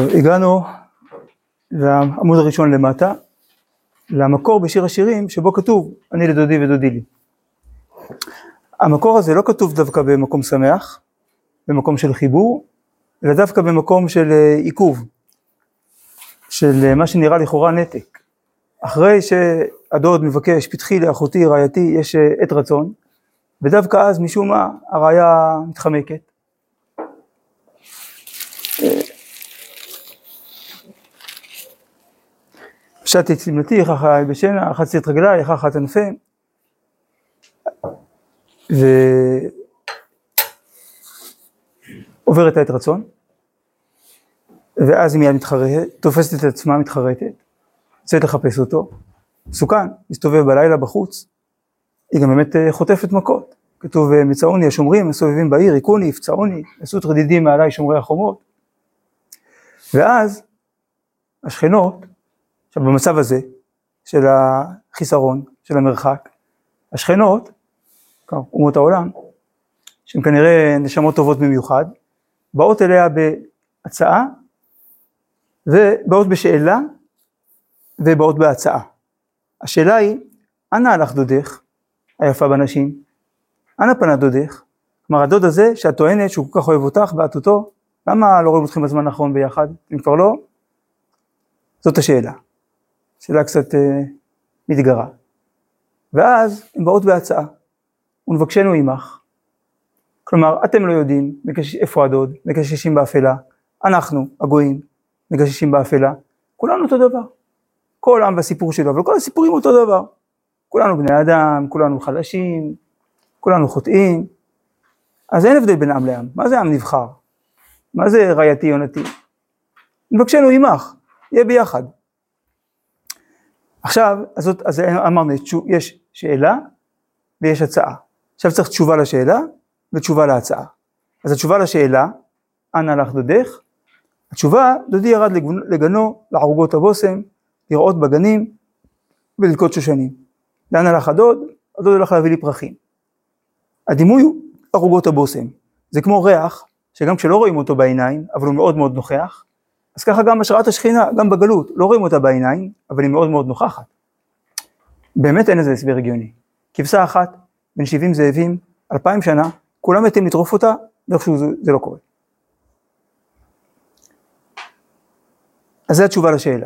טוב, הגענו לעמוד הראשון למטה, למקור בשיר השירים שבו כתוב אני לדודי ודודי לי. המקור הזה לא כתוב דווקא במקום שמח, במקום של חיבור, אלא דווקא במקום של עיכוב, של מה שנראה לכאורה נתק. אחרי שהדוד מבקש, פתחי לאחותי, רעייתי, יש עת רצון, ודווקא אז משום מה הרעיה מתחמקת. פשטתי את סמלתי, ככה בשינה, רחצתי את רגליי, ככה תנפה, ועוברת את רצון, ואז היא מיד מתחרטת, תופסת את עצמה מתחרטת, יוצאת לחפש אותו, מסוכן, מסתובב בלילה בחוץ, היא גם באמת חוטפת מכות, כתוב מצאוני השומרים, מסובבים בעיר, עיקוני, יפצעוני, עשו את רדידים מעלי שומרי החומות, ואז השכנות, עכשיו במצב הזה, של החיסרון, של המרחק, השכנות, אומות העולם, שהן כנראה נשמות טובות במיוחד, באות אליה בהצעה, ובאות בשאלה, ובאות בהצעה. השאלה היא, אנה הלך דודך, היפה בנשים? אנה פנה דודך? כלומר, הדוד הזה, שאת טוענת שהוא כל כך אוהב אותך, ואת אותו, למה לא רואים אתכם בזמן האחרון ביחד? אם כבר לא? זאת השאלה. שאלה קצת מתגרה. ואז הן באות בהצעה, ונבקשנו עמך. כלומר, אתם לא יודעים איפה הדוד, מקששים באפלה, אנחנו, הגויים, מקששים באפלה, כולנו אותו דבר. כל עם בסיפור שלו, אבל כל הסיפורים אותו דבר. כולנו בני אדם, כולנו חלשים, כולנו חוטאים. אז אין הבדל בין עם לעם. מה זה עם נבחר? מה זה רעייתי יונתי? נבקשנו עמך, יהיה ביחד. עכשיו, אז אמרנו, יש שאלה ויש הצעה. עכשיו צריך תשובה לשאלה ותשובה להצעה. אז התשובה לשאלה, אנה הלך דודך? התשובה, דודי ירד לגנו, לערוגות הבוסם, לראות בגנים וללקוט שושנים. לאן הלך הדוד? הדוד הלך להביא לי פרחים. הדימוי הוא ערוגות הבוסם. זה כמו ריח, שגם כשלא רואים אותו בעיניים, אבל הוא מאוד מאוד נוכח, אז ככה גם השראת השכינה, גם בגלות, לא רואים אותה בעיניים, אבל היא מאוד מאוד נוכחת. באמת אין איזה הסבר הגיוני. כבשה אחת, בין 70 זאבים, 2000 שנה, כולם מתים לטרוף אותה, ואיכשהו זה לא קורה. אז זו התשובה לשאלה.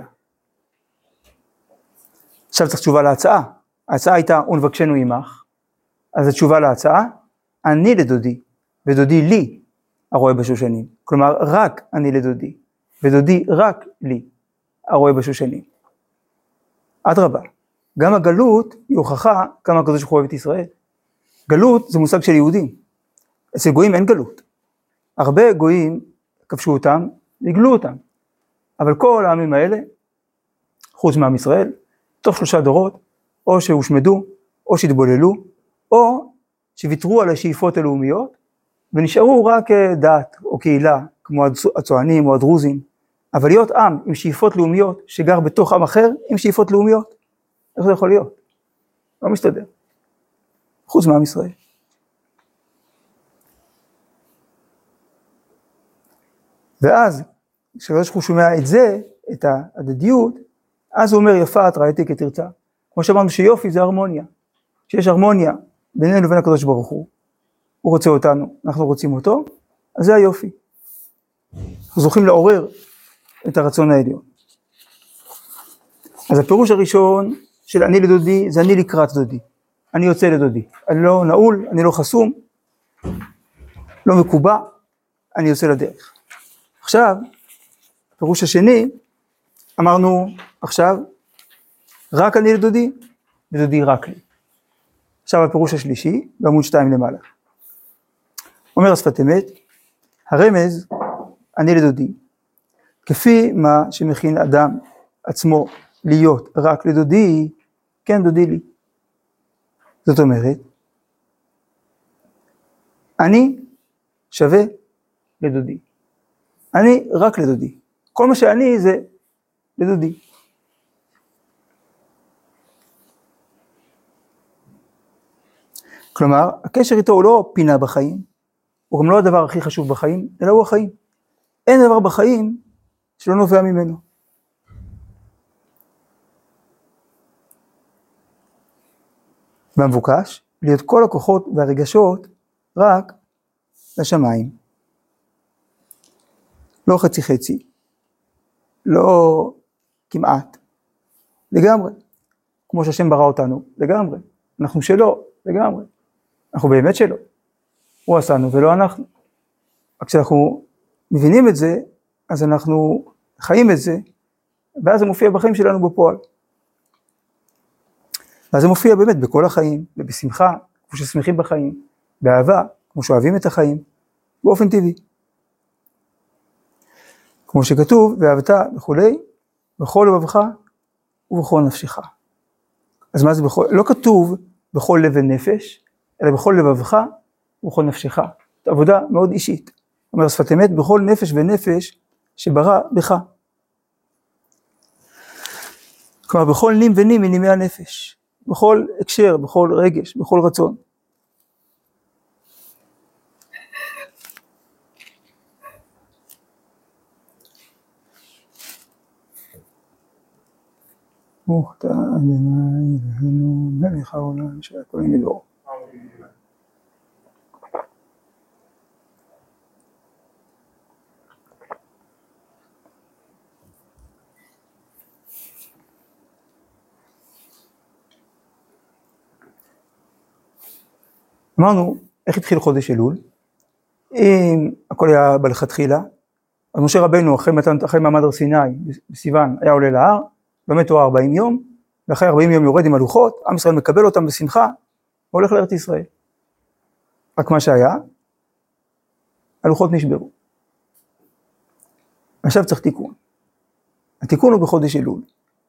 עכשיו צריך תשובה להצעה. ההצעה הייתה, ונבקשנו עמך, אז התשובה להצעה, אני לדודי, ודודי לי, הרואה בשושנים. כלומר, רק אני לדודי, ודודי רק לי, הרואה בשושנים. אדרבה, גם הגלות היא הוכחה כמה הקדוש ברוך הוא אוהב את ישראל. גלות זה מושג של יהודים. אצל גויים אין גלות. הרבה גויים כבשו אותם, הגלו אותם. אבל כל העמים האלה, חוץ מעם ישראל, תוך 3 דורות, או שהושמדו, או שהתבוללו, או שוויתרו על השאיפות הלאומיות, ונשארו רק דת או קהילה, כמו הצוענים או הדרוזים, אבל להיות עם עם שאיפות לאומיות, שגר בתוך עם אחר עם שאיפות לאומיות, איך זה יכול להיות? לא מסתדר. חוץ מעם ישראל. ואז, כשהקדוש ברוך הוא שומע את זה, את ההדדיות, אז הוא אומר, יפה את רעייתי כתרצה. כמו שאמרנו שיופי זה הרמוניה. כשיש הרמוניה בינינו לבין הקדוש ברוך הוא רוצה אותנו, אנחנו רוצים אותו, אז זה היופי. אנחנו זוכים לעורר את הרצון העליון. אז הפירוש הראשון של אני לדודי, זה אני לקראת דודי. אני יוצא לדודי. אני לא נעול, אני לא חסום, לא מקובע, אני יוצא לדרך. עכשיו, הפירוש השני, אמרנו עכשיו, רק אני לדודי, ודודי רק לי. עכשיו הפירוש השלישי, בעמוד 2 למעלה. אומר השפת אמת, הרמז, אני לדודי, כפי מה שמכין אדם עצמו להיות רק לדודי, כן דודי לי. זאת אומרת, אני שווה לדודי. אני רק לדודי. כל מה שאני זה לדודי. כלומר, הקשר איתו הוא לא פינה בחיים, הוא גם לא הדבר הכי חשוב בחיים, אלא הוא החיים. אין דבר בחיים שלא נובע ממנו. והמבוקש, להיות כל הכוחות והרגשות רק לשמיים. לא חצי חצי, לא כמעט, לגמרי. כמו שהשם ברא אותנו, לגמרי. אנחנו שלו, לגמרי. אנחנו באמת שלו. הוא עשנו ולא אנחנו. רק כשאנחנו מבינים את זה, אז אנחנו חיים את זה, ואז זה מופיע בחיים שלנו בפועל. ואז זה מופיע באמת בכל החיים, ובשמחה, כמו ששמחים בחיים, באהבה, כמו שאוהבים את החיים, באופן טבעי. כמו שכתוב, ואהבת וכולי, בכל לבבך ובכל נפשך. אז מה זה בכל, לא כתוב בכל לב ונפש, אלא בכל לבבך ובכל נפשך. זאת עבודה מאוד אישית. אומר שפת אמת, בכל נפש ונפש שברא בך. כלומר, בכל נים ונים מנימי הנפש. בכל הקשר, בכל רגש, בכל רצון. ברוך אתה אדוני אלוהינו מלך העולם שהכל נדור. אמרנו, איך התחיל חודש אלול? אם הכל היה בלכתחילה, אז משה רבנו אחרי מעמד הר סיני בסיוון היה עולה להר, לומד תורה 40 יום, ואחרי 40 יום יורד עם הלוחות, עם ישראל מקבל אותם בשמחה, והולך לארץ ישראל. רק מה שהיה, הלוחות נשברו. עכשיו צריך תיקון. התיקון הוא בחודש אלול,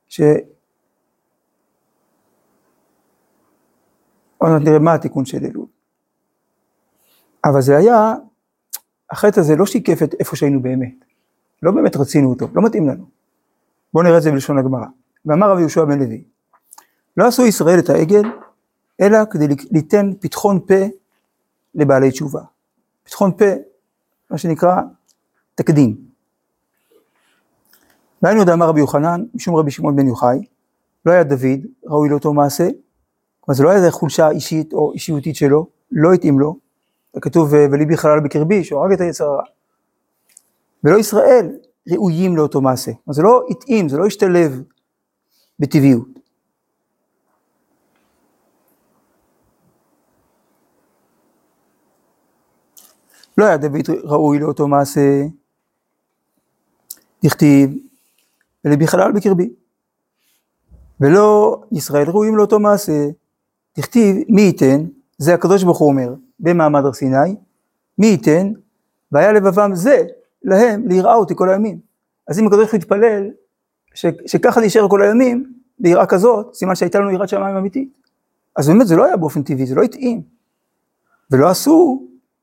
עוד נראה מה התיקון של אלול. אבל זה היה, החטא הזה לא שיקף את איפה שהיינו באמת. לא באמת רצינו אותו, לא מתאים לנו. בואו נראה את זה בלשון הגמרא. ואמר רבי יהושע בן לוי, לא עשו ישראל את העגל, אלא כדי ליתן פתחון פה לבעלי תשובה. פתחון פה, מה שנקרא, תקדים. והיינו יודע אמר רבי יוחנן, משום רבי שמעון בן יוחאי, לא היה דוד ראוי לאותו מעשה, אבל זה לא היה חולשה אישית או אישיותית שלו, לא התאים לו, כתוב וליבי חלל בקרבי, שהוא הרג את היצר הרע. ולא ישראל ראויים לאותו מעשה, אז זה לא התאים, זה לא השתלב בטבעיות. לא היה דוד ראוי לאותו מעשה, דכתיב וליבי חלל בקרבי. ולא ישראל ראויים לאותו מעשה, דכתיב מי ייתן, זה הקדוש ברוך הוא אומר, במעמד הר סיני, מי ייתן, והיה לבבם זה להם ליראה אותי כל הימים. אז אם הקדוש ברוך הוא יתפלל, שככה נשאר כל הימים, ביראה כזאת, סימן שהייתה לנו יראת שמיים אמיתית. אז באמת זה לא היה באופן טבעי, זה לא התאים. ולא עשו,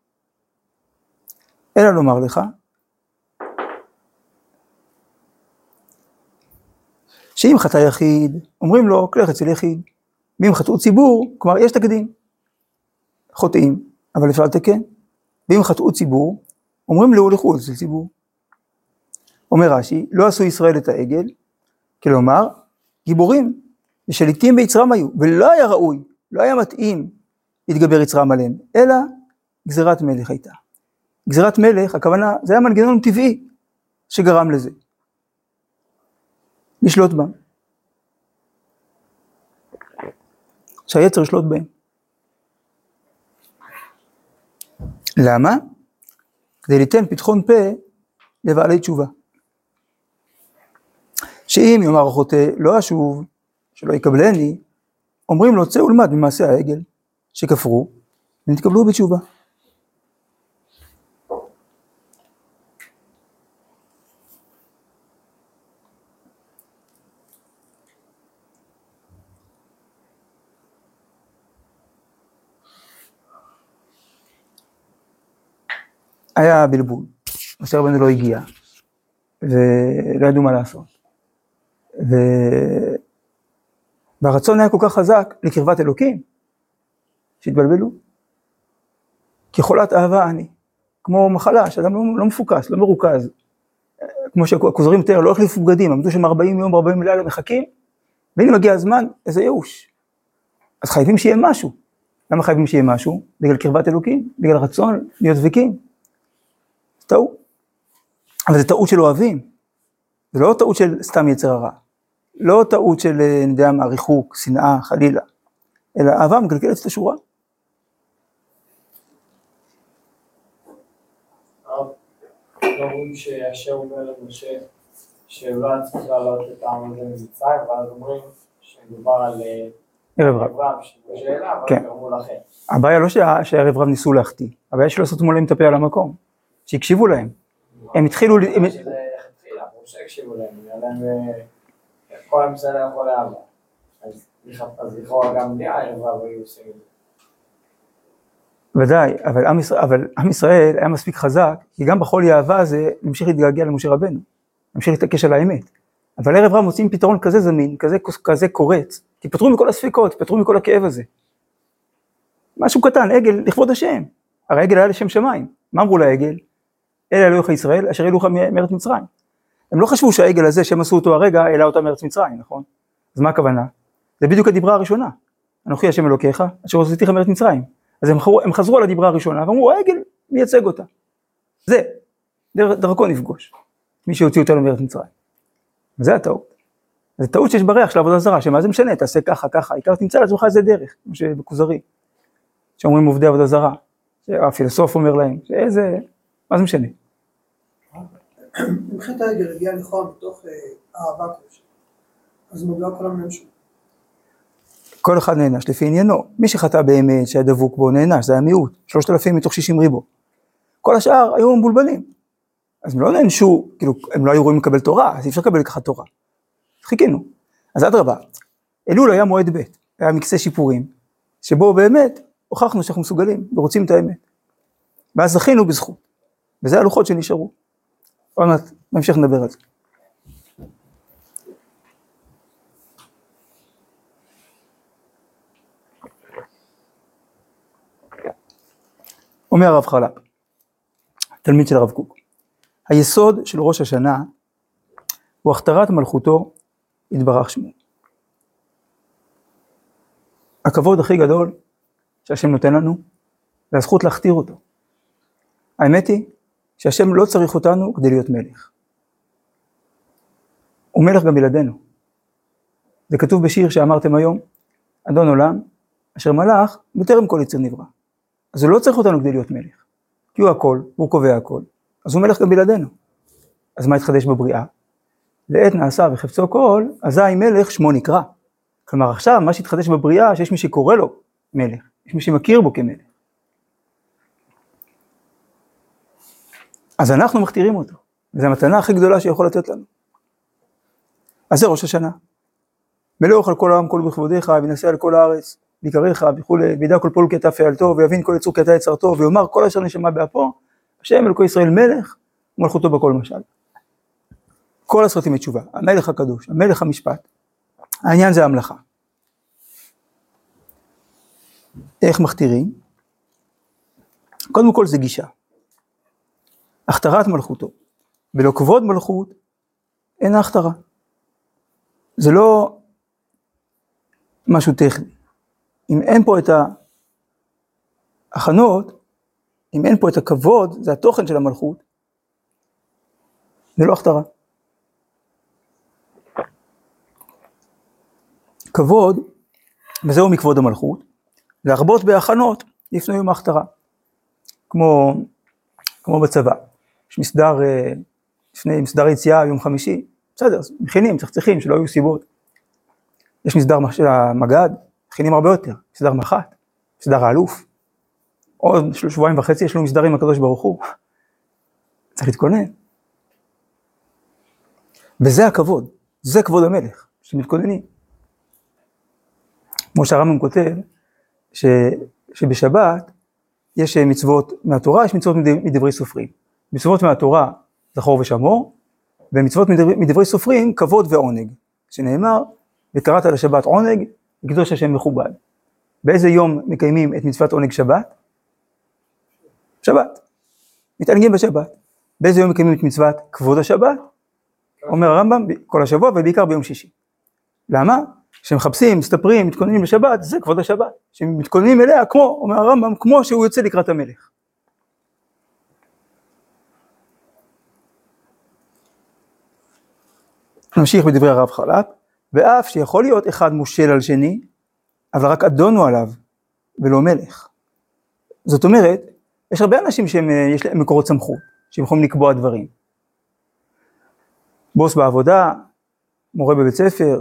אלא לומר לך, שאם חטא יחיד, אומרים לו, כלך אצל יחיד. ואם חטאו ציבור, כלומר יש תקדים. חוטאים, אבל אפשר לתקן. ואם חטאו ציבור, אומרים לו, לכו אצל ציבור. אומר רש"י, לא עשו ישראל את העגל, כלומר, גיבורים, ושליטים ביצרם היו, ולא היה ראוי, לא היה מתאים להתגבר יצרם עליהם, אלא גזירת מלך הייתה. גזירת מלך, הכוונה, זה היה מנגנון טבעי שגרם לזה. לשלוט בהם. שהיצר ישלוט בהם. למה? כדי ליתן פתחון פה לבעלי תשובה. שאם יאמר החוטא לא אשוב, שלא יקבלני, אומרים לו צא ולמד ממעשה העגל שכפרו, ונתקבלו בתשובה. היה בלבול, משה רבנו לא הגיע, ולא ידעו מה לעשות. והרצון היה כל כך חזק לקרבת אלוקים, שהתבלבלו. כחולת אהבה אני, כמו מחלה, שאדם לא מפוקס, לא מרוכז, כמו שהכוזרים מתאר, לא החליפו בגדים, עמדו שם 40 יום, 40 לילה מחכים, והנה מגיע הזמן, איזה ייאוש. אז חייבים שיהיה משהו. למה חייבים שיהיה משהו? בגלל קרבת אלוקים, בגלל רצון להיות דבקים. זה טעות. אבל זה טעות של אוהבים. זה לא טעות של סתם יצר הרע. לא טעות של, אני יודע מה, ריחוק, שנאה, חלילה. אלא אהבה מגלגלת את השורה. אומרים שהשם אומר למשה שלא צריך לעלות את העם הזה ממצרים, ואז אומרים שמדובר על ערב רב. שמשה אליו, אבל גרמו לכם. הבעיה לא שהערב רב ניסו להחטיא, הבעיה שלא לעשות מולהם את הפה על המקום, שיקשיבו להם. הם התחילו... שזה התחילה, הוא שהקשיבו להם, היה להם כל המסעדה יכול לעבר. אז לכאורה גם לי הערב רב היו עושים את זה. ודאי, אבל עם ישראל היה מספיק חזק, כי גם בחול יאהבה הזה נמשיך להתגעגע למשה רבנו, נמשיך להתעקש על האמת. אבל ערב רב מוצאים פתרון כזה זמין, כזה קורץ, תפטרו מכל הספיקות, תפטרו מכל הכאב הזה. משהו קטן, עגל לכבוד השם, הרי העגל היה לשם שמיים. מה אמרו לעגל? אלה אלוהיך ישראל, אשר העלוך מארץ מצרים. הם לא חשבו שהעגל הזה שהם עשו אותו הרגע, העלה אותם מארץ מצרים, נכון? אז מה הכוונה? זה בדיוק הדיברה הראשונה. אנוכי השם אלוקיך, אשר הוצאתיך מארץ מצרים. אז הם חזרו על הדיברה הראשונה, ואמרו, העגל מייצג אותה. זה, דרכו נפגוש, מי שהוציא אותנו מארץ מצרים. וזה הטעות. זה טעות שיש בריח של עבודה זרה, שמה זה משנה, תעשה ככה, ככה, העיקר תמצא לעצמך איזה דרך, כמו שבכוזרי, שאומרים עובדי עבודה זרה, שהפילוסוף אומר להם, שאיזה, מה זה משנה? אם חטא העגל הגיע לכאורה בתוך אהבה כלשהי, אז מודע כל הממשלה. כל אחד נענש לפי עניינו, מי שחטא באמת שהיה דבוק בו נענש, זה היה מיעוט, 3,000 מתוך 60 ריבו. כל השאר היו מבולבלים, אז הם לא נענשו, כאילו הם לא היו רואים לקבל תורה, אז אי אפשר לקבל ככה תורה. חיכינו, אז אדרבה, אלול היה מועד ב', היה מקצה שיפורים, שבו באמת הוכחנו שאנחנו מסוגלים ורוצים את האמת. ואז זכינו בזכות, וזה הלוחות שנשארו. עוד מעט, נמשיך נדבר על זה. אומר הרב חלק, תלמיד של הרב קוק, היסוד של ראש השנה הוא הכתרת מלכותו יתברך שמו. הכבוד הכי גדול שהשם נותן לנו, זה הזכות להכתיר אותו. האמת היא שהשם לא צריך אותנו כדי להיות מלך. הוא מלך גם בלעדינו. זה כתוב בשיר שאמרתם היום, אדון עולם, אשר מלך בטרם כל יצר נברא. אז הוא לא צריך אותנו כדי להיות מלך, כי הוא הכל, הוא קובע הכל, אז הוא מלך גם בלעדינו. אז מה התחדש בבריאה? לעת נעשה וחפצו כל, אזי מלך שמו נקרא. כלומר עכשיו מה שהתחדש בבריאה, שיש מי שקורא לו מלך, יש מי שמכיר בו כמלך. אז אנחנו מכתירים אותו, וזו המתנה הכי גדולה שיכול לתת לנו. אז זה ראש השנה. מלוך על כל העם כל בכבודיך, וינשא על כל הארץ, ויקריך וכו', וידע כל פועל כי אתה פעלתו, ויבין כל יצור כי אתה יצרתו, ויאמר כל אשר נשמה באפו, השם אלוקי ישראל מלך, ומלכותו בכל משל. כל הסרטים בתשובה, המלך הקדוש, המלך המשפט, העניין זה המלאכה. איך מכתירים? קודם כל זה גישה. הכתרת מלכותו. בלא כבוד מלכות, אין הכתרה. זה לא משהו טכני. אם אין פה את ההכנות, אם אין פה את הכבוד, זה התוכן של המלכות, זה לא הכתרה. כבוד, וזהו מכבוד המלכות, להרבות בהכנות לפני יום ההכתרה. כמו בצבא. יש מסדר, לפני מסדר יציאה יום חמישי, בסדר, מכינים, צחצחים, שלא היו סיבות. יש מסדר של המגד, מכינים הרבה יותר, מסדר מח"ט, מסדר האלוף. עוד 2.5 שבועות יש לנו מסדר עם הקדוש ברוך הוא. צריך להתכונן. וזה הכבוד, זה כבוד המלך, שמתכוננים. כמו שהרמב"ם כותב, שבשבת יש מצוות מהתורה, יש מצוות מדברי סופרים. מצוות מהתורה זכור ושמור, ומצוות מדברי סופרים כבוד ועונג, שנאמר, וקראת לשבת עונג, וקדוש השם מכובד. באיזה יום מקיימים את מצוות עונג שבת? שבת. מתענגים בשבת. באיזה יום מקיימים את מצוות כבוד השבת? אומר הרמב"ם, כל השבוע ובעיקר ביום שישי. למה? כשמחפשים, מסתפרים, מתכוננים לשבת, זה כבוד השבת. שמתכוננים אליה, כמו, אומר הרמב"ם, כמו שהוא יוצא לקראת המלך. נמשיך בדברי הרב חרל"פ, ואף שיכול להיות אחד מושל על שני, אבל רק אדון הוא עליו, ולא מלך. זאת אומרת, יש הרבה אנשים שיש להם מקורות סמכות, שהם יכולים לקבוע דברים. בוס בעבודה, מורה בבית ספר,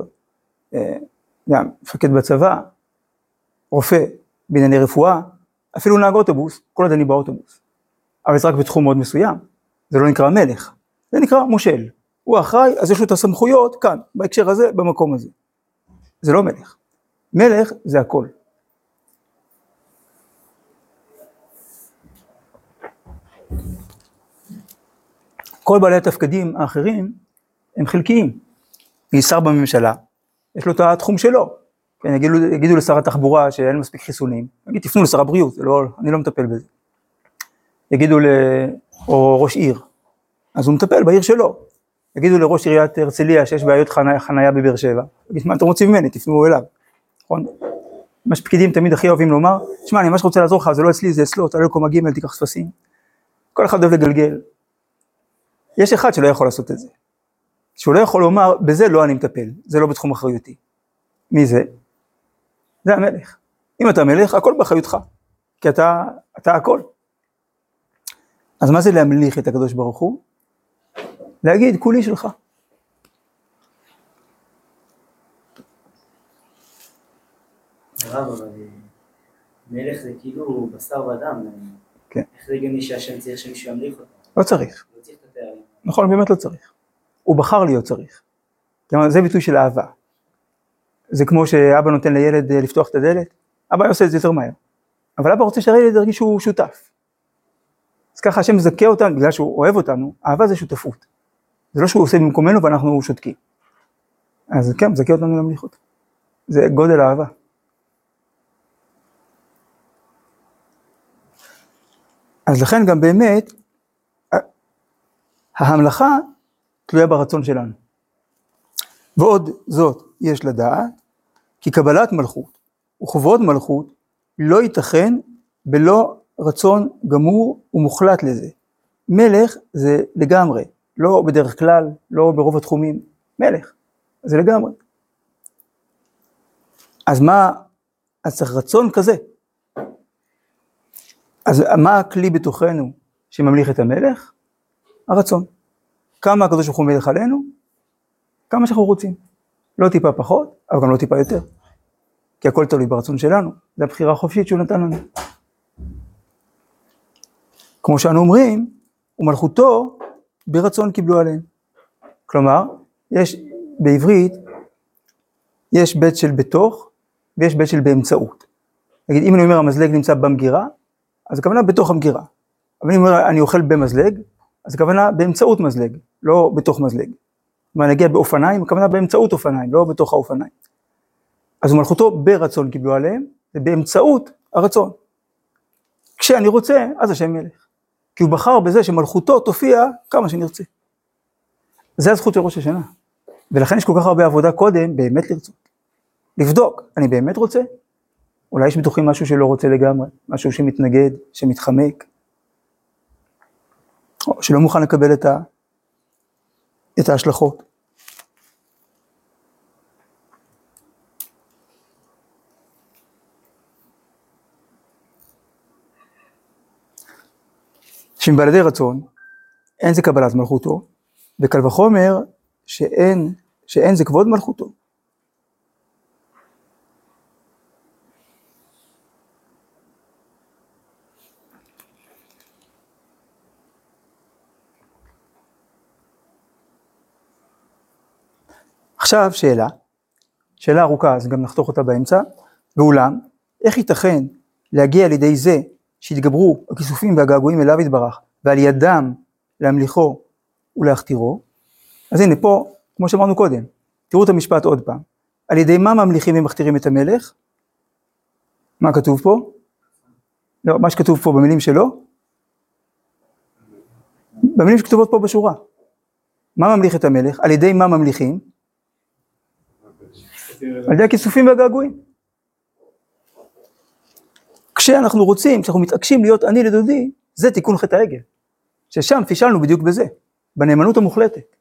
מפקד בצבא, רופא בענייני רפואה, אפילו נהג אוטובוס, כל הדני באוטובוס. אבל זה רק בתחום מאוד מסוים, זה לא נקרא מלך, זה נקרא מושל. הוא אחראי, אז יש לו את הסמכויות כאן, בהקשר הזה, במקום הזה. זה לא מלך. מלך זה הכל. כל בעלי התפקידים האחרים הם חלקיים. יש שר בממשלה, יש לו את התחום שלו. כן, יגידו לשר התחבורה שאין מספיק חיסונים, יגיד, תפנו לשר הבריאות, אני לא מטפל בזה. יגידו או ראש עיר, אז הוא מטפל בעיר שלו. יגידו לראש עיריית הרצליה שיש בעיות חנייה בבאר שבע, יגיד, מה אתם רוצים ממני? תפנו אליו. נכון? מה שפקידים תמיד הכי אוהבים לומר, שמע, אני ממש רוצה לעזור לך, זה לא אצלי, זה אצלו, תעלה לקומה ג' תיקח ספסים. כל אחד אוהב לגלגל. יש אחד שלא יכול לעשות את זה. שהוא לא יכול לומר, בזה לא אני מטפל, זה לא בתחום אחריותי. מי זה? זה המלך. אם אתה מלך, הכל באחריותך, כי אתה הכל. אז מה זה להמליך את הקדוש ברוך הוא? להגיד, כולי שלך. הרב, אבל מלך זה כאילו בשר ודם. כן. איך זה הגיוני שהשם צריך שמישהו ימליך אותו? לא צריך. לא צריך את התארים. נכון, באמת לא צריך. הוא בחר להיות צריך. כלומר, זה ביטוי של אהבה. זה כמו שאבא נותן לילד לפתוח את הדלת, אבא עושה את זה יותר מהר. אבל אבא רוצה שהילד ירגיש שהוא שותף. אז ככה השם מזכה אותנו, בגלל שהוא אוהב אותנו, אהבה זה שותפות. זה לא שהוא עושה במקומנו ואנחנו שותקים. אז כן, מזכה אותנו להמליך אותו. זה גודל אהבה. אז לכן גם באמת, ההמלכה תלויה ברצון שלנו. ועוד זאת יש לדעת, כי קבלת מלכות וכבוד מלכות לא ייתכן בלא רצון גמור ומוחלט לזה. מלך זה לגמרי, לא בדרך כלל, לא ברוב התחומים, מלך, זה לגמרי. אז אז צריך רצון כזה. אז מה הכלי בתוכנו שממליך את המלך? הרצון. כמה הקדוש ברוך הוא מלך עלינו? כמה שאנחנו רוצים. לא טיפה פחות, אבל גם לא טיפה יותר. כי הכל תלוי ברצון שלנו. זה הבחירה החופשית שהוא נתן לנו. כמו שאנו אומרים, ומלכותו ברצון קיבלו עליהם. כלומר, בעברית, יש בית של בתוך, ויש בית של באמצעות. נגיד, אם אני אומר המזלג נמצא במגירה, אז הכוונה בתוך המגירה. אבל אם אני אוכל במזלג, אז הכוונה באמצעות מזלג, לא בתוך מזלג. כלומר, נגיע באופניים, הכוונה באמצעות אופניים, לא בתוך האופניים. אז מלכותו ברצון קיבלו עליהם, ובאמצעות הרצון. כשאני רוצה, אז השם מלך. כי הוא בחר בזה שמלכותו תופיע כמה שנרצה. זה הזכות של ראש השנה. ולכן יש כל כך הרבה עבודה קודם, באמת לרצות. לבדוק, אני באמת רוצה? אולי יש בתוכי משהו שלא רוצה לגמרי, משהו שמתנגד, שמתחמק, או שלא מוכן לקבל את ההשלכות. שבלעדי רצון, אין זה קבלת מלכותו, וקל וחומר שאין זה כבוד מלכותו. עכשיו שאלה ארוכה, אז גם נחתוך אותה באמצע, ואולם, איך ייתכן להגיע לידי זה שהתגברו הכיסופים והגעגועים אליו יתברך, ועל ידם להמליכו ולהכתירו? אז הנה פה, כמו שאמרנו קודם, תראו את המשפט עוד פעם, על ידי מה ממליכים ומכתירים את המלך? מה כתוב פה? לא, מה שכתוב פה במילים שלו? במילים שכתובות פה בשורה. מה ממליך את המלך? על ידי מה ממליכים? על ידי הכיסופים והגעגועים. כשאנחנו רוצים, כשאנחנו מתעקשים להיות אני לדודי, זה תיקון חטא העגל. ששם פישלנו בדיוק בזה, בנאמנות המוחלטת.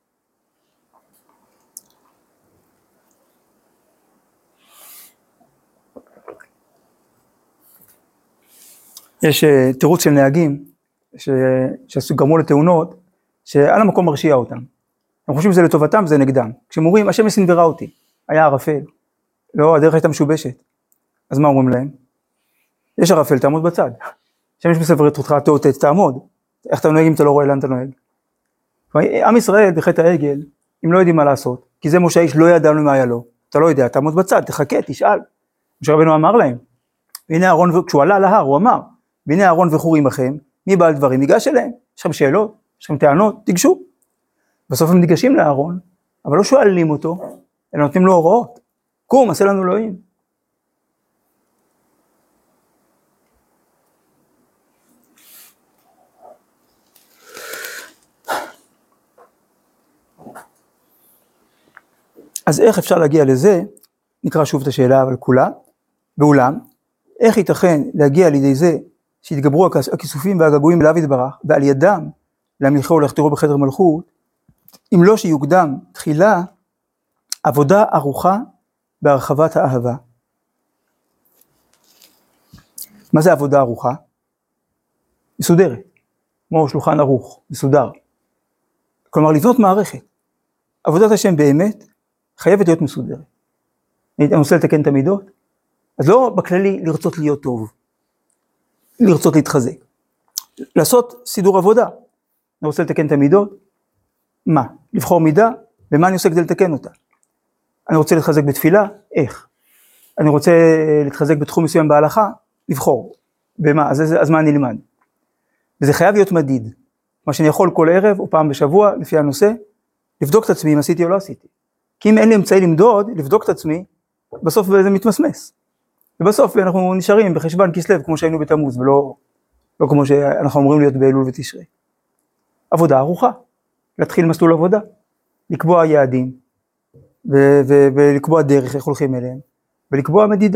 יש תירוץ של נהגים, שגרמו לתאונות, שעל המקום מרשיע אותם. הם חושבים שזה לטובתם, זה נגדם. כשהם אומרים, השם סנוורה אותי, היה ערפל, לא, הדרך הייתה משובשת. אז מה אומרים להם? יש ערפל, תעמוד בצד. השם יש מסברת אותך, תעמוד. איך אתה נוהג אם אתה לא רואה לאן אתה נוהג? עם ישראל בחטא העגל, אם לא יודעים מה לעשות, כי זה משה איש לא ידענו מה היה לו, אתה לא יודע, תעמוד בצד, תחכה, תשאל. משה רבנו אמר להם, והנה אהרון, כשהוא עלה להר, הוא אמר, והנה אהרון וחור עמכם, מי בעל דברים? ניגש אליהם, יש לכם שאלות, יש לכם טענות, תיגשו. בסוף הם ניגשים לאהרון, אבל לא שואלים אותו, אלא נותנים לו הוראות. קום, עשה לנו אלוהים. אז איך אפשר להגיע לזה? נקרא שוב את השאלה, אבל כולה. באולם, איך ייתכן להגיע לידי זה, שהתגברו הכיסופים והגעגועים אליו יתברך, ועל ידם להמליכו ולהכתירו בחדר מלכות, אם לא שיוקדם תחילה עבודה ארוכה בהרחבת האהבה. מה זה עבודה ארוכה? מסודרת, כמו שולחן ערוך, מסודר. כלומר, לבנות מערכת. עבודת השם באמת חייבת להיות מסודרת. אני רוצה לתקן את המידות, אז לא בכללי לרצות להיות טוב, לרצות להתחזק. לעשות סידור עבודה. אני רוצה לתקן את המידות, מה? לבחור מידה, ומה אני עושה כדי לתקן אותה? אני רוצה להתחזק בתפילה, איך? אני רוצה להתחזק בתחום מסוים בהלכה, לבחור. במה? אז מה אני אלמד? וזה חייב להיות מדיד. מה שאני יכול כל ערב או פעם בשבוע, לפי הנושא, לבדוק את עצמי אם עשיתי או לא עשיתי. כי אם אין לי אמצעי למדוד, לבדוק את עצמי, בסוף זה מתמסמס. ובסוף אנחנו נשארים בחשבן כסלו, כמו שהיינו בתמוז, ולא כמו שאנחנו אמורים להיות באלול ותשרי. עבודה ארוכה. להתחיל מסלול עבודה, לקבוע יעדים, ולקבוע דרך איך הולכים אליהם, ולקבוע מדידה.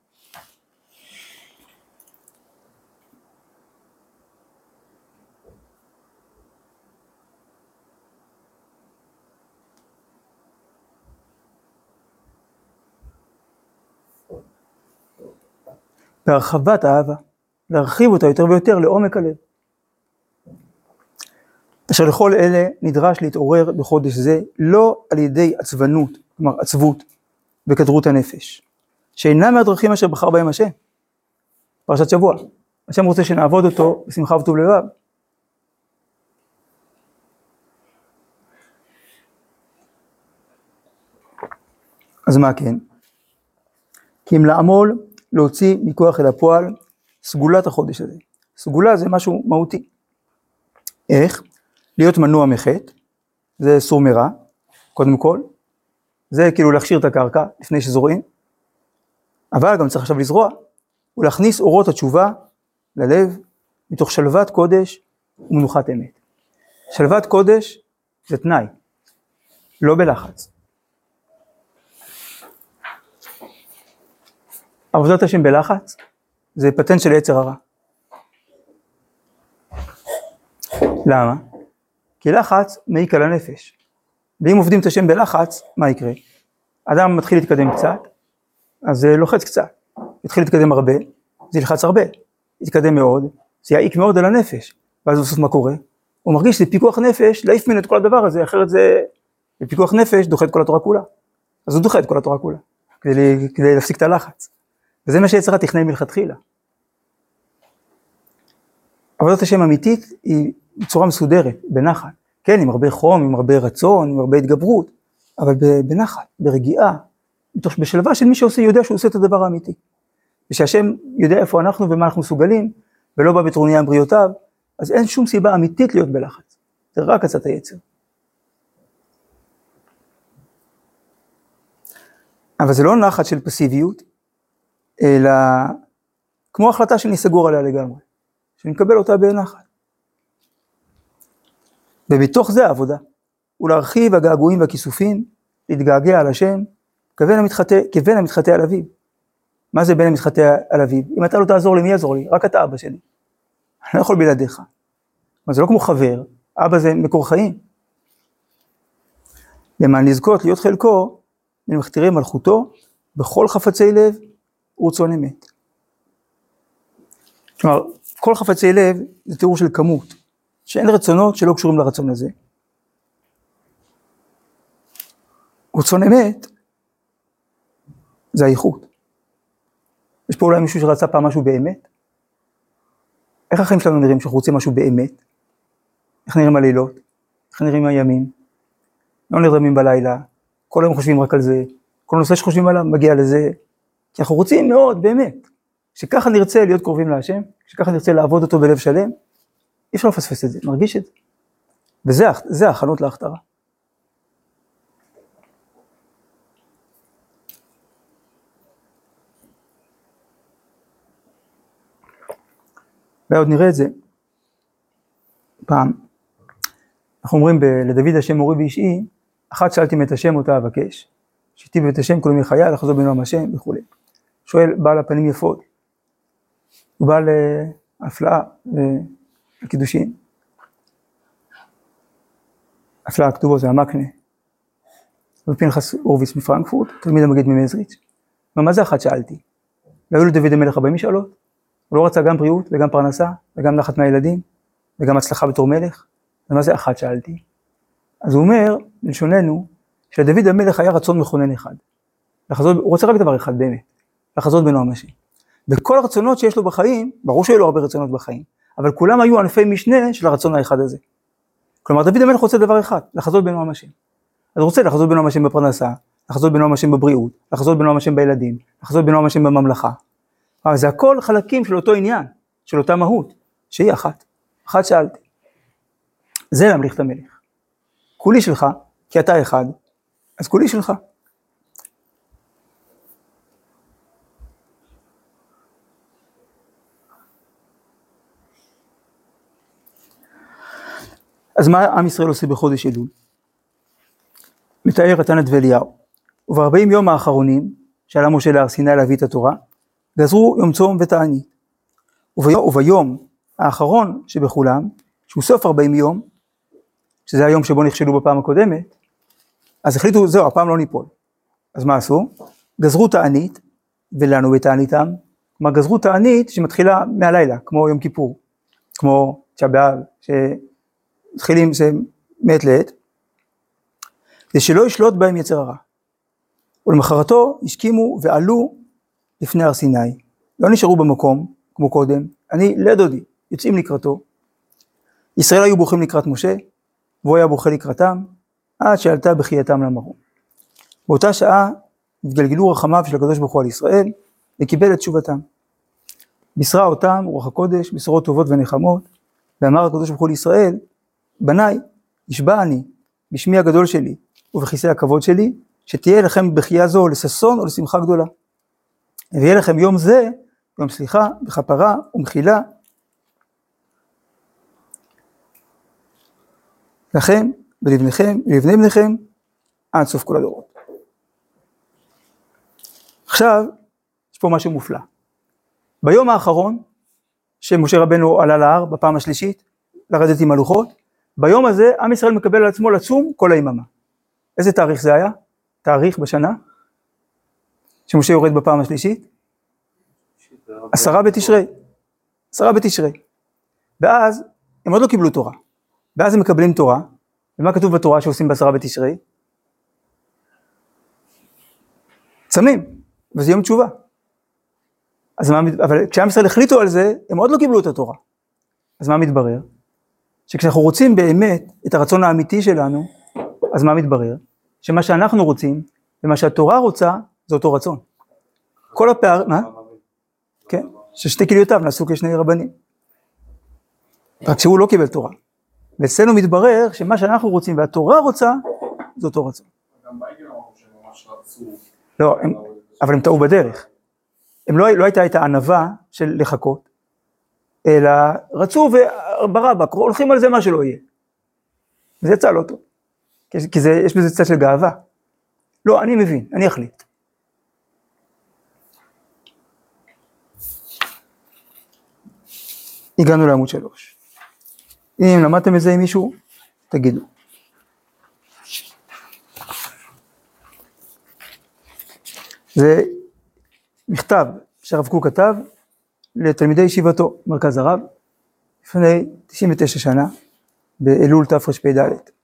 בהרחבת האהבה, להרחיב אותה יותר ויותר לעומק הלב. אשר לכל אלה נדרש להתעורר בחודש זה, לא על ידי עצבנות, כלומר עצבות וכדרות הנפש, שאינם מהדרכים אשר בחר בהם השם. פרשת שבוע, השם רוצה שנעבוד אותו בשמחה וטוב לבב. אז מה כן? כי אם לעמול, להוציא מכוח אל הפועל, סגולת החודש הזה. סגולה זה משהו מהותי. איך? להיות מנוע מחטא, זה סור מרע, קודם כל, זה כאילו להכשיר את הקרקע לפני שזורעים, אבל גם צריך עכשיו לזרוע, ולהכניס אורות התשובה ללב, מתוך שלוות קודש ומנוחת אמת. שלוות קודש זה תנאי, לא בלחץ. עבודת השם בלחץ, זה פטנט של יצר הרע. למה? כי לחץ מעיק על הנפש. ואם עובדים את השם בלחץ, מה יקרה? אדם מתחיל להתקדם קצת, אז זה לוחץ קצת. יתחיל להתקדם הרבה, זה ילחץ הרבה. יתקדם מאוד, זה יעיק מאוד על הנפש. ואז בסוף מה קורה? הוא מרגיש שזה פיקוח נפש, להעיף ממנו את כל הדבר הזה, אחרת זה פיקוח נפש דוחה את כל התורה כולה. אז הוא דוחה את כל התורה כולה, כדי להפסיק את הלחץ. וזה מה שיצר התכנן מלכתחילה. עבודת השם אמיתית היא בצורה מסודרת, בנחת. כן, עם הרבה חום, עם הרבה רצון, עם הרבה התגברות, אבל בנחת, ברגיעה, בשלווה של מי שעושה, יודע שהוא עושה את הדבר האמיתי. ושהשם יודע איפה אנחנו ומה אנחנו מסוגלים, ולא בא בטרוניה עם בריאותיו, אז אין שום סיבה אמיתית להיות בלחץ. זה רק עצת היצר. אבל זה לא נחת של פסיביות, אלא כמו החלטה שאני סגור עליה לגמרי, שאני מקבל אותה בנחת. ובתוך זה העבודה. ולהרחיב הגעגועים והכיסופים, להתגעגע על השם, כבן המתחטא על אביו. מה זה בן המתחטא על אביו? אם אתה לא תעזור לי, מי יעזור לי? רק אתה אבא שלי. אני לא יכול בלעדיך. אבל זה לא כמו חבר, אבא זה מקור חיים. למען לזכות להיות חלקו, למכתירי מלכותו, בכל חפצי לב ורצון אמת. כלומר, כל חפצי לב זה תיאור של כמות, שאין רצונות שלא קשורים לרצון הזה. רצון אמת זה האיכות. יש פה אולי מישהו שרצה פעם משהו באמת? איך החיים שלנו נראים שאנחנו רוצים משהו באמת? איך נראים הלילות? איך נראים הימים? לא נרדמים בלילה, כל היום חושבים רק על זה, כל נושא שחושבים עליו מגיע לזה, כי אנחנו רוצים מאוד, באמת, שככה נרצה להיות קרובים להשם, שככה נרצה לעבוד אותו בלב שלם, אי אפשר לפספס את זה, נרגיש את זה. וזה ההכנות להכתרה. ועוד נראה את זה, פעם, אנחנו אומרים לדוד השם מורי ואישי, אחת שאלתי את השם אותה אבקש, שתי בבית השם כולם יחיה, לחזור בנועם השם וכו'. שואל, בעל הפנים יפות, הוא בעל הפלאה וקידושין. הפלאה הכתובו זה המקנה. ופנחס הורוביץ מפרנקפורט, תלמיד המגיד ממזריץ'. מה זה אחת שאלתי? והיו לדוד המלך 40 משאלות, הוא לא רצה גם בריאות וגם פרנסה, וגם נחת מהילדים, וגם הצלחה בתור מלך. ומה זה אחת שאלתי? אז הוא אומר, בלשוננו, שלדוד המלך היה רצון מכונן אחד. הוא רוצה רק דבר אחד באמת, לחזות בנועם השם. וכל הרצונות שיש לו בחיים, ברור שהיו לו הרבה רצונות בחיים, אבל כולם היו ענפי משנה של הרצון האחד הזה. כלומר, דוד המלך רוצה דבר אחד, לחזות בנועם השם. אז הוא רוצה לחזות בנועם השם בפרנסה, לחזות בנועם השם בבריאות, לחזות בנועם השם בילדים, לחזות בנועם השם בממלכה. אבל זה הכל חלקים של אותו עניין, של אותה מהות, שהיא אחת. אחת שאלתי. זה להמליך את המלך. כולי שלך, כי אתה אחד, אז כולי שלך. אז מה עם ישראל עושה בחודש אלול? מתאר התנא ואליהו. וב-40 יום האחרונים, שעלה משה להר סיני להביא את התורה, גזרו יום צום ותענית. וביום האחרון שבכולם, שהוא סוף 40 יום, שזה היום שבו נכשלו בפעם הקודמת, אז החליטו, זהו, הפעם לא ניפול. אז מה עשו? גזרו תענית, ולנו בתעניתם, כלומר גזרו תענית שמתחילה מהלילה, כמו יום כיפור, כמו תשעה באב, שמתחילים מעת לעת, כדי שלא ישלוט בהם יצר הרע. ולמחרתו השכימו ועלו לפני הר סיני, לא נשארו במקום, כמו קודם, אני לדודי, יוצאים לקראתו, ישראל היו בוכים לקראת משה, והוא היה בוכה לקראתם, עד שעלתה בחייתם למרום. באותה שעה התגלגלו רחמיו של הקדוש ברוך הוא על ישראל, וקיבל את תשובתם. בישרה אותם רוח הקודש, בשורות טובות ונחמות, ואמר הקדוש ברוך הוא לישראל, בניי, נשבע אני, בשמי הגדול שלי, ובכיסא הכבוד שלי, שתהיה לכם בחייה זו לששון או לשמחה גדולה. ויהיה לכם יום זה, יום סליחה, וכפרה ומחילה, לכם ולבניכם, ולבני בניכם, עד סוף כל הדורות. עכשיו, יש פה משהו מופלא. ביום האחרון, שמשה רבנו עלה להר, בפעם השלישית, לרדת עם הלוחות, ביום הזה, עם ישראל מקבל על עצמו לצום כל היממה. איזה תאריך זה היה? תאריך בשנה? שמשה יורד בפעם השלישית? 10 בתשרי. 10 בתשרי. ואז, הם עוד לא קיבלו תורה. ואז הם מקבלים תורה, ומה כתוב בתורה שעושים ב10 בתשרי? צמים, וזה יום תשובה. אבל כשעם ישראל החליטו על זה, הם עוד לא קיבלו את התורה. אז מה מתברר? שכשאנחנו רוצים באמת את הרצון האמיתי שלנו, אז מה מתברר? שמה שאנחנו רוצים, ומה שהתורה רוצה, זה אותו רצון. כל הפער, מה? כן, ששתי כליותיו נעשו כשני רבנים. רק שהוא לא קיבל תורה. ואצלנו מתברר שמה שאנחנו רוצים והתורה רוצה, זה אותו רצון. גם בעגל אמרו שממש רצו. לא, אבל הם טעו בדרך. לא הייתה את הענווה של לחכות, אלא רצו וברבק, הולכים על זה מה שלא יהיה. וזה יצא לא טוב. כי יש בזה קצת של גאווה. לא, אני מבין, אני אחליט. הגענו לעמוד 3. אם למדתם את זה עם מישהו, תגידו. זה מכתב שהרב קוק כתב לתלמידי ישיבתו, מרכז הרב, לפני 99 שנה, באלול תרפ"ד.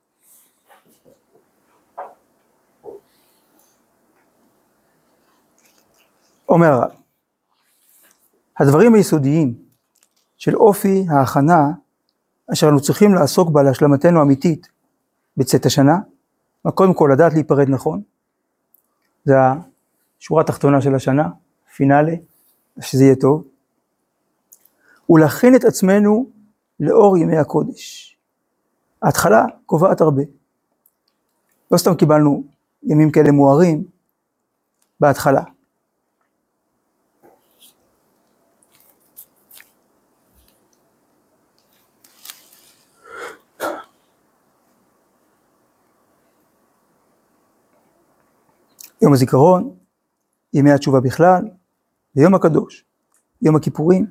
אומר הרב, הדברים היסודיים של אופי ההכנה, אשר אנו צריכים לעסוק בה להשלמתנו האמיתית בצאת השנה, קודם כל לדעת להיפרד נכון, זה השורה התחתונה של השנה, פינאלה, שזה יהיה טוב, ולהכין את עצמנו לאור ימי הקודש. ההתחלה קובעת הרבה. לא סתם קיבלנו ימים כאלה מוארים בהתחלה. יום הזיכרון, ימי התשובה בכלל, ויום הקדוש, יום הכיפורים,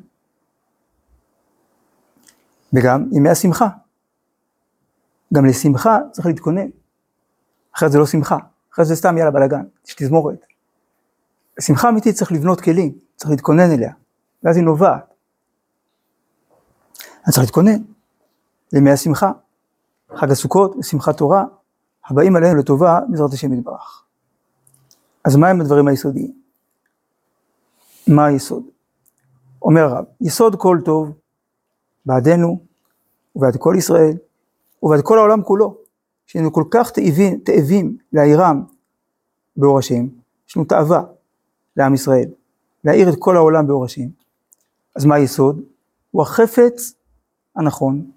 וגם ימי השמחה. גם לשמחה צריך להתכונן, אחרת זה לא שמחה, אחרת זה סתם יאללה בלגן, יש תזמורת. לשמחה אמיתית צריך לבנות כלים, צריך להתכונן אליה, ואז היא נובעת. אני צריך להתכונן לימי השמחה, חג הסוכות ושמחת תורה, הבאים עלינו לטובה בעזרת השם יתברך. אז מה הם הדברים היסודיים? מה היסוד? אומר הרב, יסוד כל טוב בעדנו ובעד כל ישראל ובעד כל העולם כולו, שהיינו כל כך תאבים להאירם באור השם, יש לנו תאווה לעם ישראל, להאיר את כל העולם באור השם. אז מה היסוד? הוא החפץ הנכון.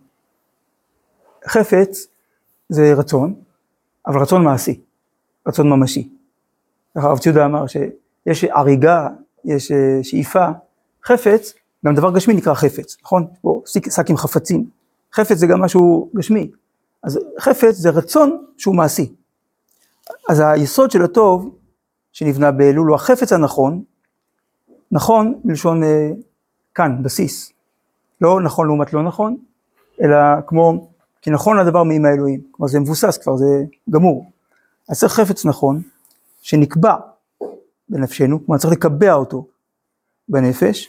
חפץ זה רצון, אבל רצון מעשי, רצון ממשי. הרב ציודה אמר שיש הריגה, יש שאיפה, חפץ, גם דבר גשמי נקרא חפץ, נכון? בוא, שק עם חפצים, חפץ זה גם משהו גשמי, אז חפץ זה רצון שהוא מעשי. אז היסוד של הטוב שנבנה באלול הוא החפץ הנכון, נכון מלשון כאן, בסיס, לא נכון לעומת לא נכון, אלא כמו, כי נכון לדבר מאמא אלוהים, כלומר זה מבוסס כבר, זה גמור. אז צריך חפץ נכון, שנקבע בנפשנו, כלומר צריך לקבע אותו בנפש,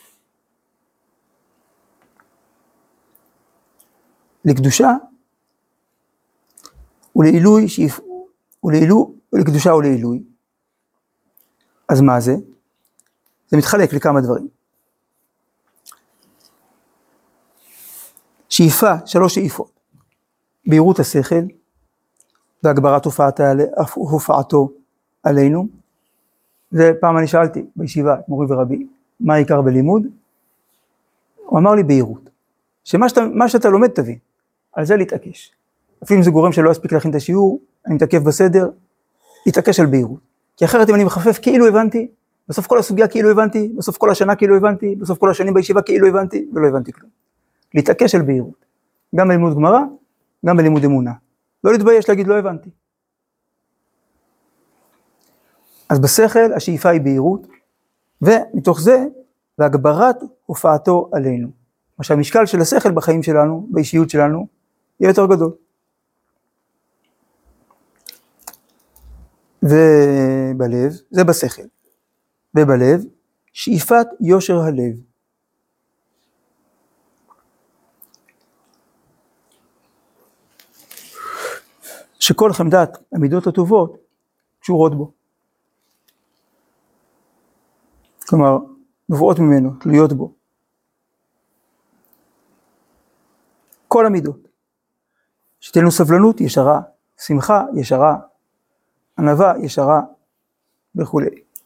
לקדושה ולעילוי, לקדושה ולעילוי. אז מה זה? זה מתחלק לכמה דברים. שאיפה, 3 שאיפות, בהירות השכל, והגברת הופעתו עלינו. זה פעם אני שאלתי בישיבה, מורי ורבי, מה העיקר בלימוד? הוא אמר לי בהירות, שמה שאתה לומד תבין, על זה להתעקש. אפילו אם זה גורם שלא יספיק להכין את השיעור, אני מתעכב בסדר, להתעקש על בהירות. כי אחרת אם אני מחפף כאילו הבנתי, בסוף כל הסוגיה כאילו הבנתי, בסוף כל השנה כאילו הבנתי, בסוף כל השנים בישיבה כאילו הבנתי, ולא הבנתי כלום. להתעקש על בהירות, גם בלימוד גמרא, גם בלימוד אמונה. לא להתבייש להגיד לא הבנתי. אז בשכל השאיפה היא בהירות, ומתוך זה, והגברת הופעתו עלינו. מה שהמשקל של השכל בחיים שלנו, באישיות שלנו, יהיה יותר גדול. ובלב, זה בשכל. ובלב, שאיפת יושר הלב. שכל חמדת המידות הטובות קשורות בו. כלומר, נובעות ממנו, תלויות בו. כל המידות. שתהיה לנו סבלנות ישרה, שמחה ישרה, ענווה ישרה וכו'.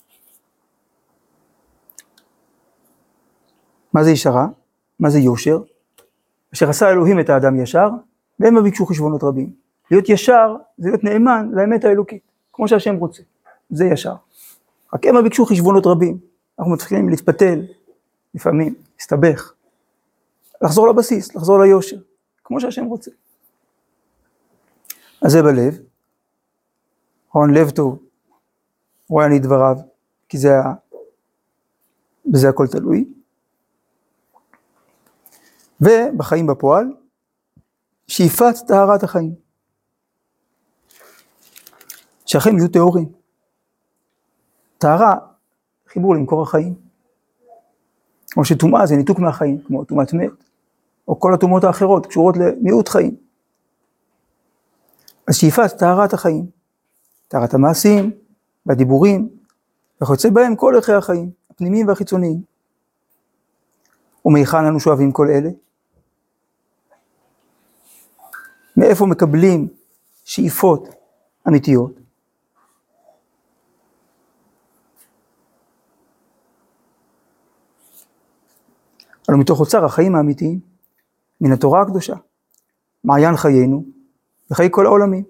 מה זה ישרה? מה זה יושר? אשר עשה אלוהים את האדם ישר, והם ביקשו חשבונות רבים. להיות ישר זה להיות נאמן לאמת האלוקית, כמו שהשם רוצה. זה ישר. רק הם ביקשו חשבונות רבים. אנחנו מתחילים להתפתל, לפעמים, להסתבך, לחזור לבסיס, לחזור ליושר, כמו שהשם רוצה. אז זה בלב, נכון, לב טוב, רואה אני דבריו, כי בזה הכל תלוי. ובחיים בפועל, שאיפת טהרת החיים. שהחיים יהיו טהורים. טהרה, חיבור למקור החיים. כמו שטומאה זה ניתוק מהחיים, כמו טומאת מת, או כל הטומאות האחרות קשורות למיעוט חיים. אז שאיפת טהרת החיים, טהרת המעשים, והדיבורים, וכיוצא בהם כל ערכי החיים, הפנימיים והחיצוניים. ומהיכן אנו שואבים כל אלה? מאיפה מקבלים שאיפות אמיתיות? אבל מתוך אוצר החיים האמיתיים, מן התורה הקדושה, מעיין חיינו, וחיי כל העולמים.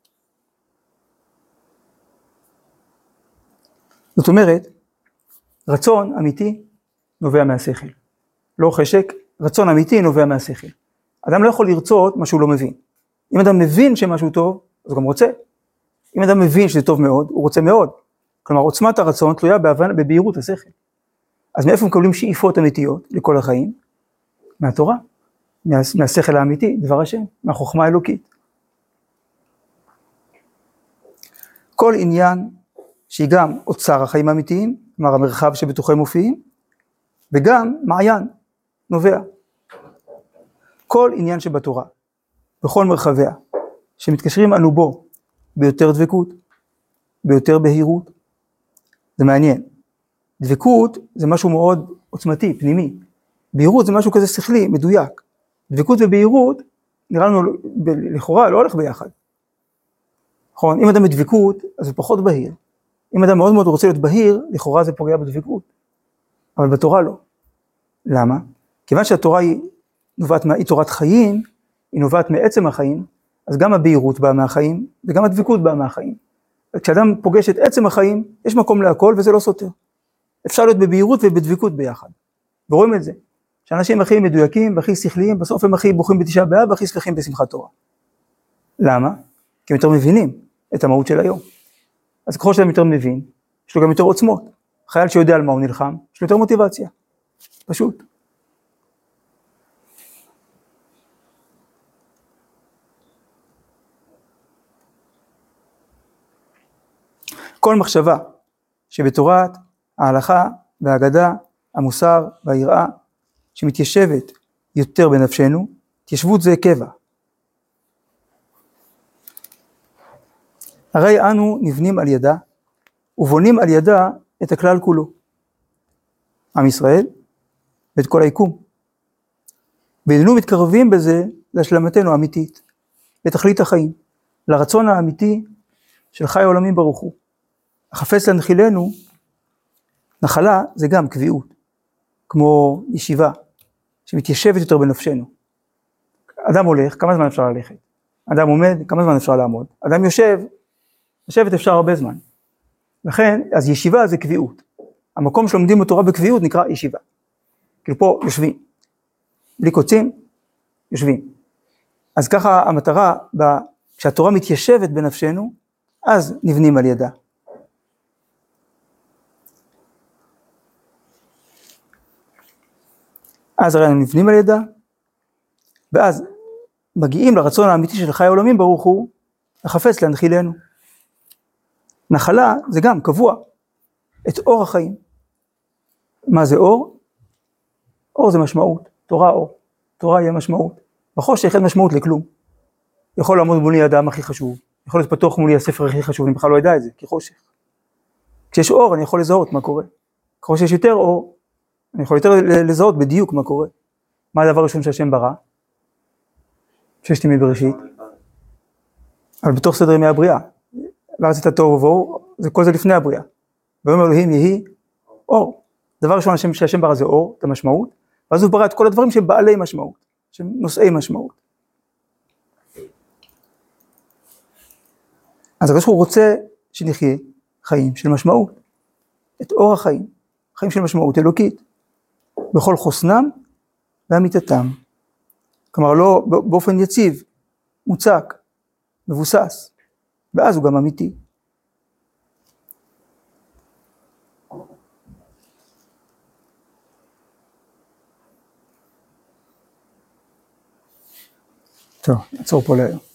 זאת אומרת, רצון אמיתי נובע מהשכל. לא חשק, רצון אמיתי נובע מהשכל. אדם לא יכול לרצות מה שהוא לא מבין. אם אדם מבין שמשהו טוב, אז הוא גם רוצה. אם אדם מבין שזה טוב מאוד, הוא רוצה מאוד. כלומר, עוצמת הרצון תלויה בבהירות השכל. אז מאיפה מקבלים שאיפות אמיתיות לכל החיים? מהתורה, מהשכל האמיתי, דבר השם, מהחוכמה האלוקית. כל עניין שהיא גם אוצר החיים האמיתיים, כלומר המרחב שבתוכם מופיעים, וגם מעיין, נובע. כל עניין שבתורה, בכל מרחביה, שמתקשרים אנו בו, ביותר דבקות, ביותר בהירות, זה מעניין. דבקות זה משהו מאוד עוצמתי, פנימי. בהירות זה משהו כזה שכלי, מדויק. דבקות ובהירות, נראה לנו לכאורה לא הולך ביחד. נכון, אם אדם בדבקות, אז הוא פחות בהיר. אם אדם מאוד מאוד רוצה להיות בהיר, לכאורה זה פוגע בדבקות. אבל בתורה לא. למה? כיוון שהתורה היא תורת חיים, היא נובעת מעצם החיים, אז גם הבהירות באה מהחיים, וגם הדבקות באה מהחיים. כשאדם פוגש את עצם החיים, יש מקום להכל וזה לא סותר. אפשר להיות בבהירות ובדבקות ביחד. ורואים את זה. שאנשים הכי מדויקים והכי שכליים, בסוף הם הכי בוכים בתשעה באב והכי שמחים בשמחת תורה. למה? כי הם יותר מבינים את המהות של היום. אז ככל שאדם יותר מבין, יש לו גם יותר עוצמות. חייל שיודע על מה הוא נלחם, יש לו יותר מוטיבציה. פשוט. כל מחשבה שבתורת ההלכה והאגדה, המוסר והיראה, שמתיישבת יותר בנפשנו, התיישבות זה קבע. הרי אנו נבנים על ידה, ובונים על ידה את הכלל כולו. עם ישראל, ואת כל היקום. ואיננו מתקרבים בזה להשלמתנו האמיתית, לתכלית החיים, לרצון האמיתי של חי העולמים ברוך הוא. החפץ להנחילנו, נחלה זה גם קביעות, כמו ישיבה, שמתיישבת יותר בנפשנו. אדם הולך, כמה זמן אפשר ללכת? אדם עומד, כמה זמן אפשר לעמוד? אדם יושב, לשבת אפשר הרבה זמן. לכן, אז ישיבה זה קביעות. המקום שלומדים בתורה בקביעות נקרא ישיבה. כאילו פה יושבים. בלי קוצים, יושבים. אז ככה המטרה, כשהתורה מתיישבת בנפשנו, אז נבנים על ידה. אז הרי נבנים על ידה, ואז מגיעים לרצון האמיתי של חי העולמים ברוך הוא, החפץ להנחילנו. נחלה זה גם קבוע, את אור החיים. מה זה אור? אור זה משמעות, תורה אור, תורה יהיה משמעות. בחושך אין משמעות לכלום. יכול לעמוד מולי האדם הכי חשוב, יכול להיות פתוח מולי הספר הכי חשוב, אני בכלל לא יודע את זה, כי חושך. כשיש אור אני יכול לזהות מה קורה. ככל שיש יותר אור, אני יכול יותר לזהות בדיוק מה קורה. מה הדבר הראשון שהשם ברא? ששת ימי בראשית. אבל בתוך סדר ימי הבריאה. וארץ את התוהו ובוהו, כל זה לפני הבריאה. ואומר אלוהים יהי אור. דבר ראשון שהשם ברא זה אור, את המשמעות, ואז הוא ברא את כל הדברים שהם בעלי משמעות, שהם נושאי משמעות. אז הקדוש ברוך הוא רוצה שנחיה חיים של משמעות. את אור החיים, חיים של משמעות אלוקית. בכל חוסנם ואמיתתם. כלומר לא באופן יציב, מוצק, מבוסס, ואז הוא גם אמיתי. טוב, נעצור פה להיום.